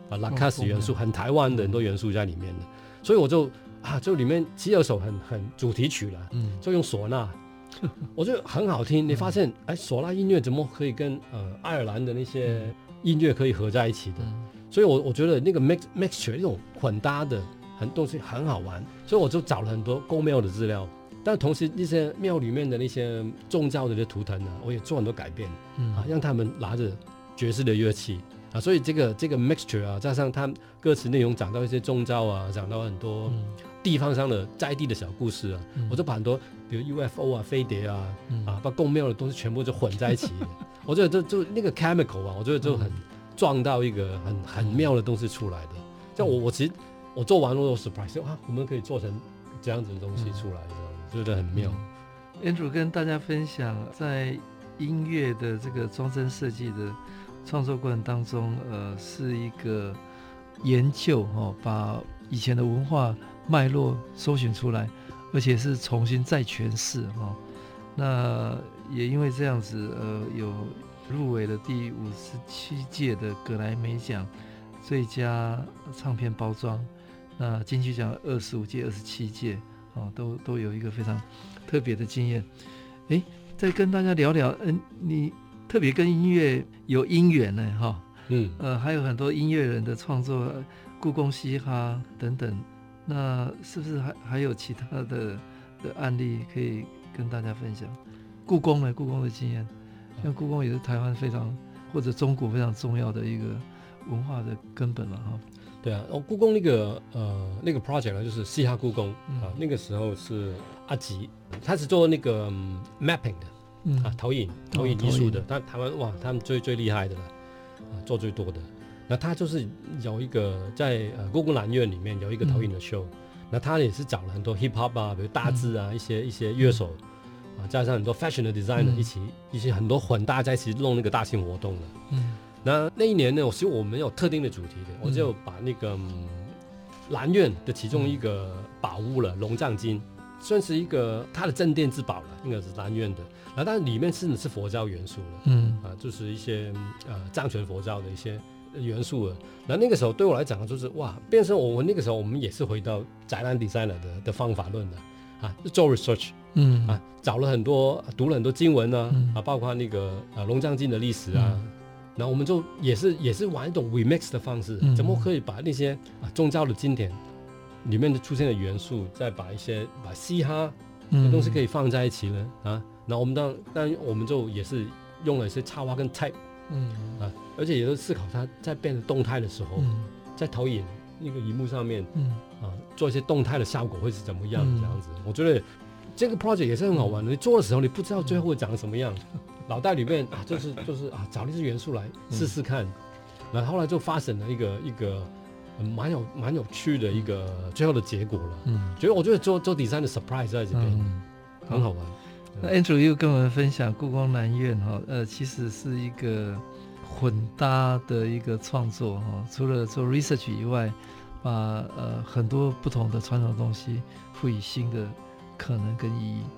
拉卡斯元素，很台湾的很多元素在里面的，所以我就里面其实有首很主题曲了，就用唢呐，我觉得很好听。你发现唢呐音乐怎么可以跟爱尔兰的那些音乐可以合在一起的？所以我觉得那个 mixture 那种混搭的东西很好玩，所以我就找了很多宫庙的资料。但同时那些庙里面的那些宗教的图腾呢，我也做很多改变，让他们拿着爵士的乐器所以这个 mixture 加上他歌词内容讲到一些宗教讲到很多地方上的在地的小故事我就把很多比如 UFO 飞碟把宫庙的东西全部就混在一起我觉得就那个 chemical 我觉得就很撞到一个很妙的东西出来的。像我其实我做完我 surprise 我们可以做成这样子的东西出来，觉得很妙。 Andrew 跟大家分享在音乐的这个装帧设计的创作过程当中是一个研究把以前的文化脉络搜寻出来，而且是重新再诠释那也因为这样子有入围了第57届的葛莱美奖最佳唱片包装，那金曲奖25届27届都有一个非常特别的经验。再跟大家聊聊你特别跟音乐有因缘呢还有很多音乐人的创作，故宫嘻哈等等，那是不是还有其他的案例可以跟大家分享？故宫的经验，像故宫也是台湾非常或者中国非常重要的一个文化的根本了对故宫那个 project 呢，就是嘻哈故宫那个时候是阿吉，他是做那个 mapping 的投影艺术的，台湾他们最厉害的了做最多的。那他就是有一个在故宫南院里面有一个投影的 show，那他也是找了很多 hip hop 比如大志一些乐手加上很多 fashion 的 designer 一起很多混搭在一起弄那个大型活动的。那一年呢，其实我们有特定的主题的，我就把那个南院的其中一个宝物了，龙藏经，算是一个它的镇店之宝了，应该是南院的。然后但里面是佛教元素了，就是一些藏传佛教的一些元素了。然后那个时候对我来讲就是变成我那个时候我们也是回到宅男 designer 的方法论了做 research，找了很多读了很多经文包括那个龙藏经的历史然后我们就也是玩一种 remix 的方式，怎么可以把那些宗教的经典里面的出现的元素，再把嘻哈的东西可以放在一起呢然后我们当然我们就也是用了一些插画跟 type，而且也是思考它在变得动态的时候，在投影那个荧幕上面做一些动态的效果会是怎么样这样子。我觉得这个 project 也是很好玩的，你做的时候你不知道最后会长什么样，脑袋里面就是找那些元素来试试看，然后后来就发生了一个蛮有趣的一个最后的结果了。我觉得做 design 的 surprise 在这边很好玩。 那 Andrew 又跟我们分享故宫南院其实是一个混搭的一个创作除了做 research 以外，把很多不同的传统东西赋予新的可能跟意义。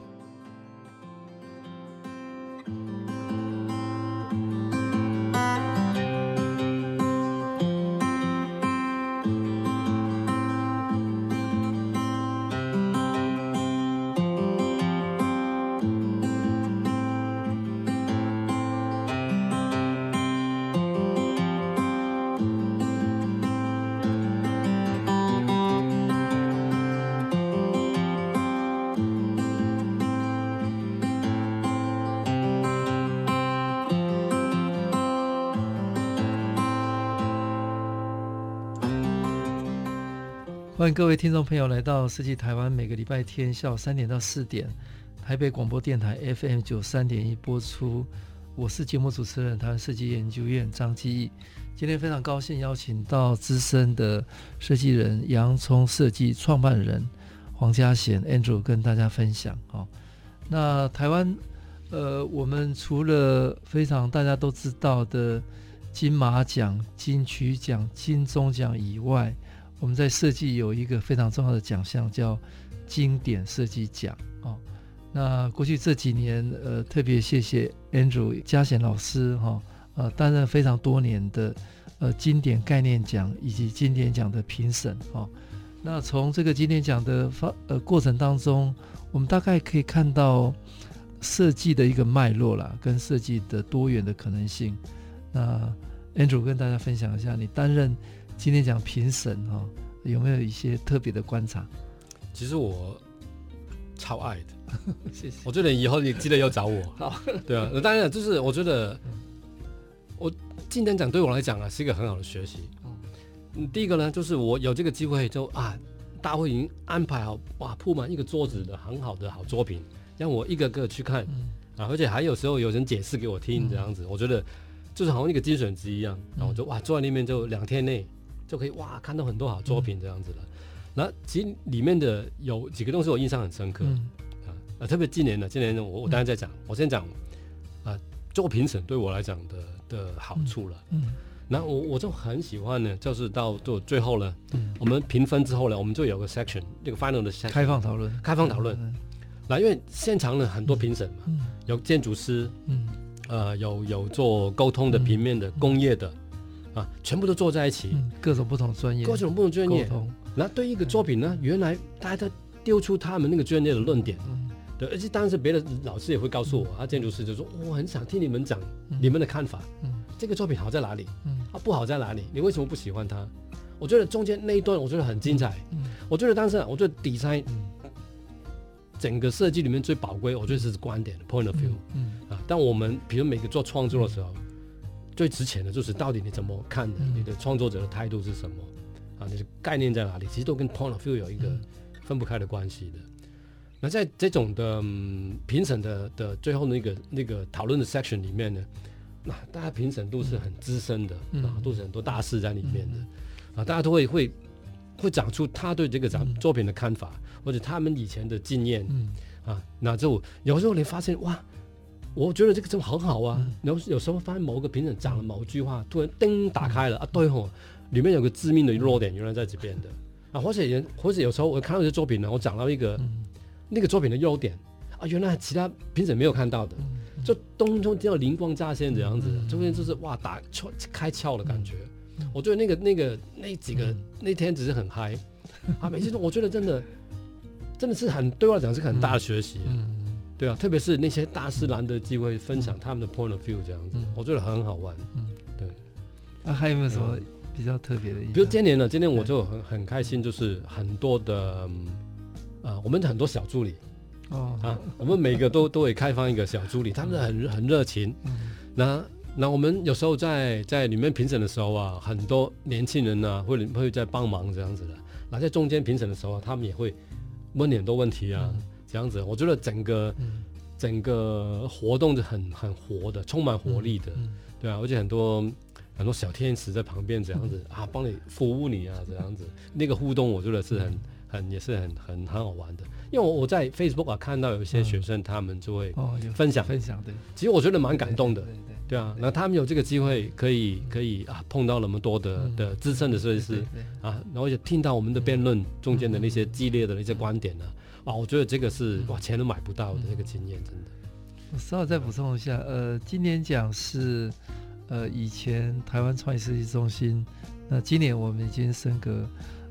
欢迎各位听众朋友来到设计台湾，每个礼拜天下午3点到4点，台北广播电台 FM 93.1播出。我是节目主持人台湾设计研究院张基义。今天非常高兴邀请到资深的设计人洋葱设计创办人黄家贤 Andrew 跟大家分享。那台湾我们除了非常大家都知道的金马奖、金曲奖、金钟奖以外，我们在设计有一个非常重要的奖项叫经典设计奖那过去这几年特别谢谢 Andrew 家贤老师担任非常多年的经典概念奖以及经典奖的评审哦。那从这个经典奖的过程当中，我们大概可以看到设计的一个脉络啦，跟设计的多元的可能性。那 Andrew 跟大家分享一下，你担任经典奖评审哦，有没有一些特别的观察？ 其实我超爱的， 谢谢。 我觉得以后你记得要找我。 好， 对啊，当然就是我觉得经典奖对我来讲啊是一个很好的学习。第一个呢，就是我有这个机会就大会已经安排好铺满一个桌子的很好的好作品，让我一个个去看而且还有时候有人解释给我听这样子，我觉得就是好像一个精选集一样，然后我就坐在那边就2天内就可以看到很多好作品这样子了。那其实里面的有几个东西我印象很深刻特别今年我当然在讲，我先讲做评审对我来讲的好处了。那我就很喜欢呢，就是到最后呢，我们评分之后呢，我们就有个 section， 这个 final 的 section， 开放讨论。那因为现场呢很多评审嘛，有建筑师，有做沟通的、平面的、工业的，全部都坐在一起， 各种不同专业， 沟通。那对一个作品呢，原来大家丢出他们那个专业的论点。对，而且当时别的老师也会告诉我，建筑师就说我很想听你们讲你们的看法，这个作品好在哪里，不好在哪里，你为什么不喜欢它？我觉得中间那一段我觉得很精彩。我觉得当时我觉得design整个设计里面最宝贵，我觉得是观点 point of view。但我们比如每个做创作的时候，最值钱的就是到底你怎么看的，你的创作者的态度是什么你的概念在哪里，其实都跟 point of view 有一个分不开的关系的。那在这种的评审的最后那个讨论的 section 里面呢，那大家评审都是很资深的，都是很多大师在里面的大家都会讲出他对这个作品的看法，或者他们以前的经验那就有时候你发现我觉得这个真的很好有时候发现某个评审讲了某句话，突然灯打开了对里面有个致命的弱点原来在这边的或者有时候我看到这些作品呢，我讲到一个那个作品的优点原来其他评审没有看到的，就动中听到灵光乍现这样子，就是开窍的感觉。我觉得那几个那天只是很嗨每次我觉得真的是对我来讲是很大的学习对啊，特别是那些大师难得机会分享他们的 point of view 这样子，我觉得很好玩。对还有没有什么比较特别的意思？ 比如今年我就很开心，就是很多的我们很多小助理我们每个都会开放一个小助理，他们很热情。那我们有时候在里面评审的时候很多年轻人会在帮忙这样子的。那在中间评审的时候他们也会问很多问题这样子。我觉得整个活动是很活的，充满活力的。对啊，而且很多小天使在旁边这样子帮你服务你这样子，那个互动我觉得是也是很好玩的。因为我在 Facebook 看到有一些学生他们就会分享对， 其实我觉得蛮感动的。对啊，那他们有这个机会可以碰到那么多的资深的设计师然后也听到我们的辩论中间的那些激烈的那些观点我觉得这个是钱都买不到的那个经验，真的。 我稍后再补充一下，今年奖是以前台湾创意设计中心，那今年我们已经升格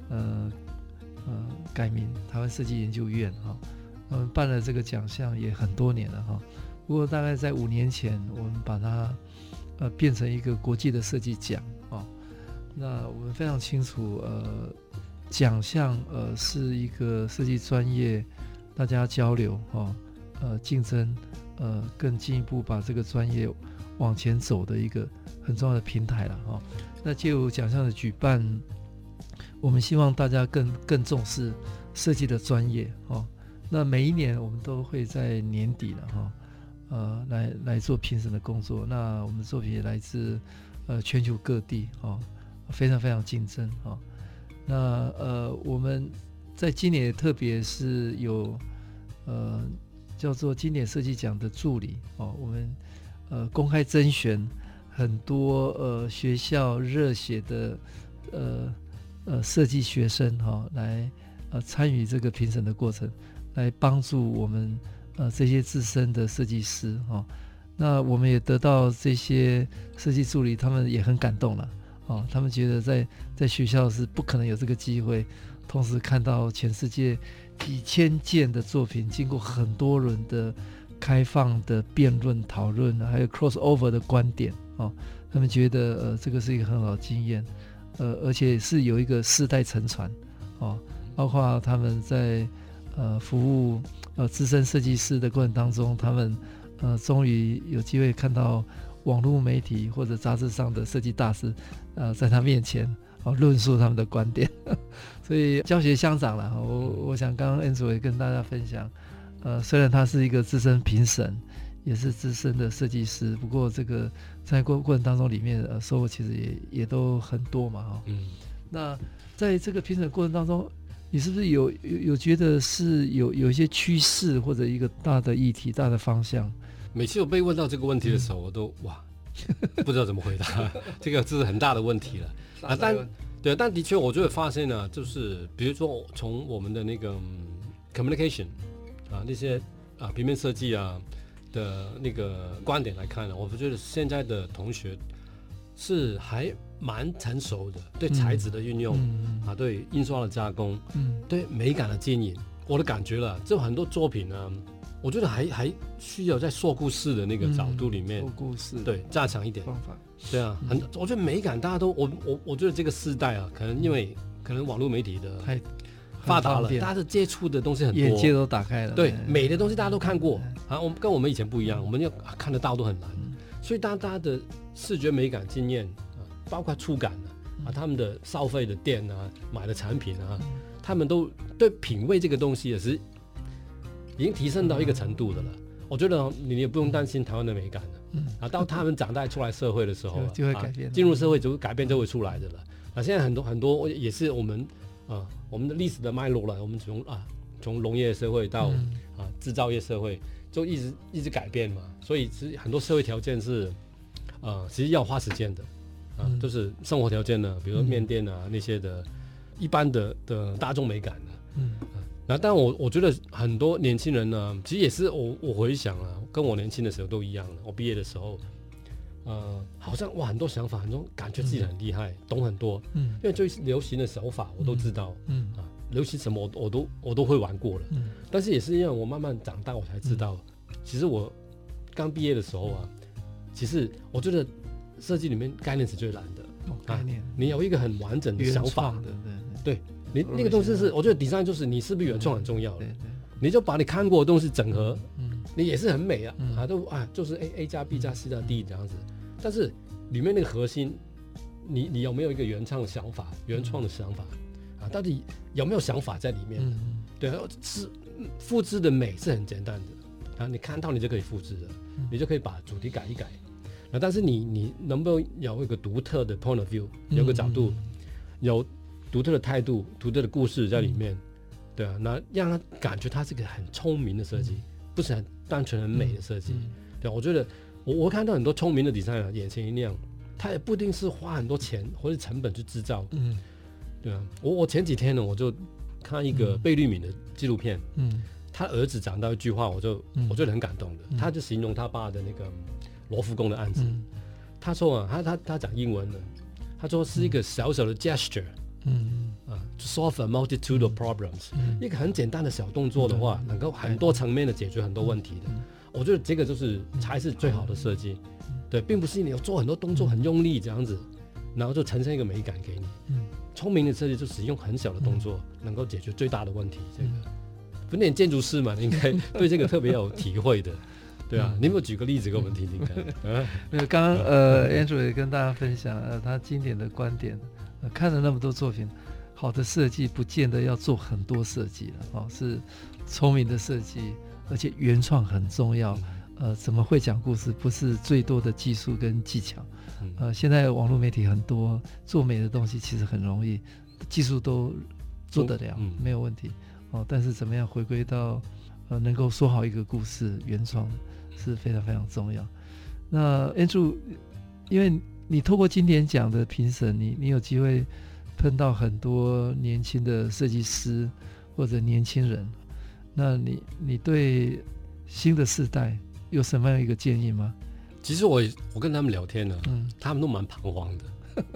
改名台湾设计研究院我们办了这个奖项也很多年了不过大概在5年前我们把它变成一个国际的设计奖那我们非常清楚奖项是一个设计专业大家交流竞争更进一步把这个专业往前走的一个很重要的平台了那借由奖项的举办，我们希望大家更重视设计的专业那每一年我们都会在年底了来做评审的工作。那我们的作品也来自全球各地非常非常竞争那我们在今年特别是有叫做经典设计奖的助理我们公开甄选很多学校热血的设计学生来参与这个评审的过程，来帮助我们这些资深的设计师那我们也得到这些设计助理他们也很感动了他们觉得在学校是不可能有这个机会，同时看到全世界几千件的作品，经过很多轮的开放的辩论讨论，还有 crossover 的观点他们觉得这个是一个很好的经验，而且是有一个世代承传包括他们在服务资深设计师的过程当中，他们终于有机会看到网络媒体或者杂志上的设计大师在他面前论述他们的观点所以教学相长了。我想刚刚 Andrew 也跟大家分享，虽然他是一个资深评审，也是资深的设计师，不过这个在过程当中里面收获其实也都很多嘛那在这个评审过程当中，你是不是有觉得是有一些趋势或者一个大的议题、大的方向？ 每次我被问到这个问题的时候，我都不知道怎么回答这是很大的问题了但的确我就会发现呢，就是比如说从我们的那个 communication 那些平面设计的那个观点来看呢，我觉得现在的同学是还蛮成熟的，对材质的运用对印刷的加工对美感的经营，我的感觉了，就很多作品呢，我觉得还需要在说故事的那个角度里面， 说故事对加强一点方法， 对我觉得美感大家都我觉得这个世代可能因为可能网络媒体的太发达了，大家接触的东西很多， 眼界都打开了， 对美的东西大家都看过跟我们以前不一样，我们要看得到都很难所以大家的视觉美感经验包括触感他们的消费的店买的产品他们都对品味这个东西也是已经提升到一个程度的了。我觉得你也不用担心台湾的美感了到他们长大出来社会的时候就会改变进入社会就改变就会出来的了现在很多也是我们的历史的脉络了，我们从农业社会到制造业社会就一直改变嘛，所以其实很多社会条件是其实要花时间的就是生活条件呢，比如说面店那些的一般的大众美感但我觉得很多年轻人呢，其实也是我回想跟我年轻的时候都一样了。我毕业的时候好像很多想法，很多感觉自己很厉害懂很多因为最流行的手法我都知道流行什么我都会玩过了但是也是因为我慢慢长大我才知道其实我刚毕业的时候其实我觉得设计里面概念是最难的概念你有一个很完整的想法对你那个东西是我觉得 design 就是你是不是原创很重要的你就把你看过的东西整合你也是很美就是 A 加 B 加 C 加 D 这样子但是里面那个核心你有没有一个原创的想法到底有没有想法在里面对是复制的美是很简单的你看到你就可以复制的你就可以把主题改一改但是你能不能有一个独特的 point of view 有个角度有独特的态度独特的故事在里面对那让他感觉他是个很聪明的设计不是很单纯很美的设计对我觉得我看到很多聪明的 designer 眼前一亮他也不一定是花很多钱或者成本去制造对我前几天呢我就看一个贝聿铭的纪录片他儿子讲到一句话我觉得很感动的他就形容他爸的那个罗浮宫的案子他说他讲英文的他说是一个小小的 gesture to solve a multitude of problems 一个很简单的小动作的话能够很多层面的解决很多问题的我觉得这个才是最好的设计对并不是你要做很多动作很用力这样子然后就呈现一个美感给你聪明的设计就使用很小的动作能够解决最大的问题这个不念建筑师嘛你应该对这个特别有体会的对你有没有举个例子给我们听听看刚刚Andrew 也跟大家分享他经典的观点看了那么多作品好的设计不见得要做很多设计了是聪明的设计而且原创很重要怎么会讲故事不是最多的技术跟技巧现在网络媒体很多做美的东西其实很容易技术都做得了没有问题但是怎么样回归到能够说好一个故事原创是非常非常重要那 Andrew 因为你透过经典奖的评审你有机会碰到很多年轻的设计师或者年轻人那你对新的世代有什么样一个建议吗？ 其实我跟他们聊天呢他们都蛮彷徨的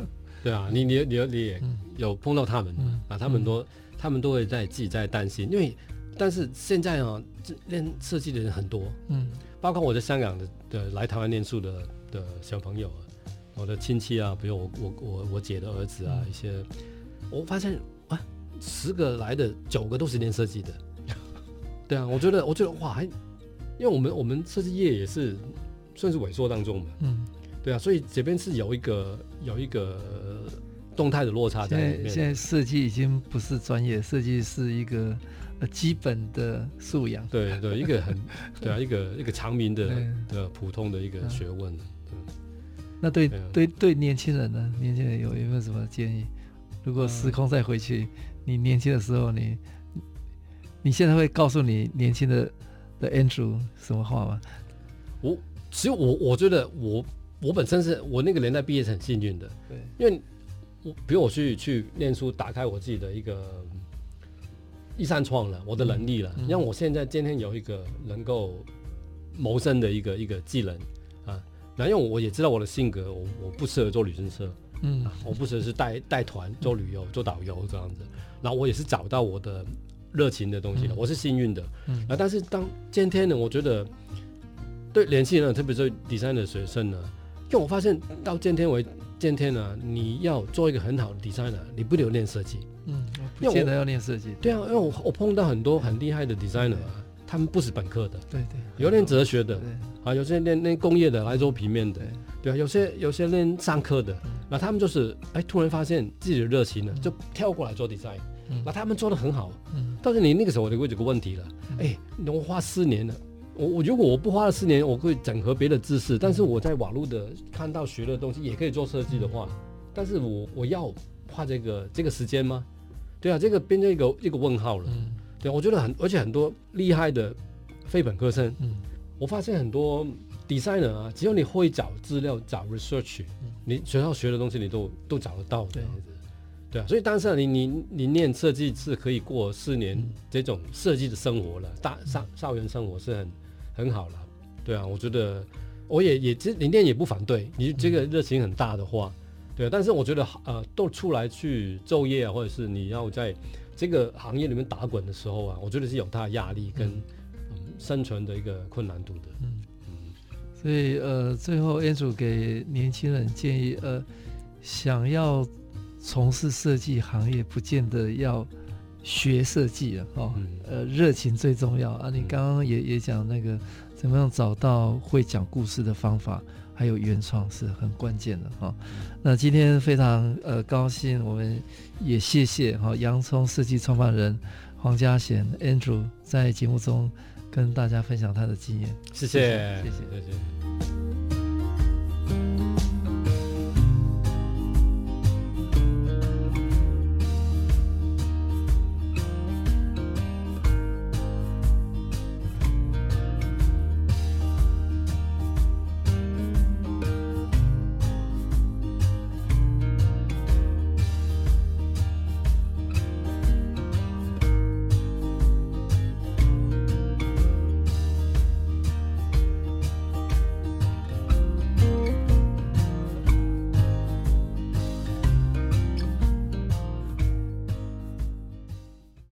对啊，你也有碰到他们啊，他们都会自己在担心，但是现在啊，练设计的人很多，包括我在香港的来台湾念书的小朋友，我的亲戚啊，比如我姐的儿子啊，一些，我发现啊，10个来的9个都是练设计的，对啊，我觉得哇，因为我们设计业也是算是萎缩当中嘛，对啊，所以这边是有一个动态的落差在里面。 现在设计已经不是专业，设计是一个基本的素养。 对，一个很对啊，一个常民的普通的一个学问。 那对年轻人呢？年轻人有没有什么建议？如果时空再回去，你年轻的时候，你现在会告诉你年轻的 Andrew 什么话吗？ 其实我觉得我本身是我那个年代毕业是很幸运的，对，因为比如我去念书，打开我自己的一扇窗了，我的能力了，让我现在今天有一个能够谋生的一个技能啊。然后因为我也知道我的性格，我不适合做旅行社，我不适合是带团做旅游做导游这样子。然后我也是找到我的热情的东西了，我是幸运的。但是当今天呢，我觉得对年轻人，特别是 design 的学生呢，因为我发现到今天呢，你要做一个很好的 designer， 你不得练设计， 不见得要练设计。 对啊，因为我碰到很多很厉害的 designer 啊，他们不是本科的， 对， 有练哲学的，啊，有些练工业的来做平面的，对啊，有些练商科的，那他们就是突然发现自己的热情了，就跳过来做 design，那他们做得很好，但是你那个时候我就会有个问题了，我花4年了。如果我不花了4年，我会整合别的知识，但是我在网络的看到学的东西也可以做设计的话，但是我要花这个时间吗？对啊，这个变成一个问号了。对，我觉得而且很多厉害的非本科生，我发现很多 designer 啊，只要你会找资料、找 research，你学校学的东西你都找得到这样子。对啊，所以当时你念设计是可以过4年这种设计的生活了，校园生活是很好了。对啊，我觉得我也你念也不反对，你这个热情很大的话，对啊，但是我觉得都出来去就业啊，或者是你要在这个行业里面打滚的时候啊，我觉得是有它的压力跟生存的一个困难度的。 所以最后 Andrew 给年轻人建议，想要从事设计行业，不见得要学设计了热情最重要啊！你刚刚也讲那个怎么样找到会讲故事的方法，还有原创是很关键的那今天非常高兴，我们也谢谢洋葱设计创办人黄嘉贤 Andrew 在节目中跟大家分享他的经验。 谢谢。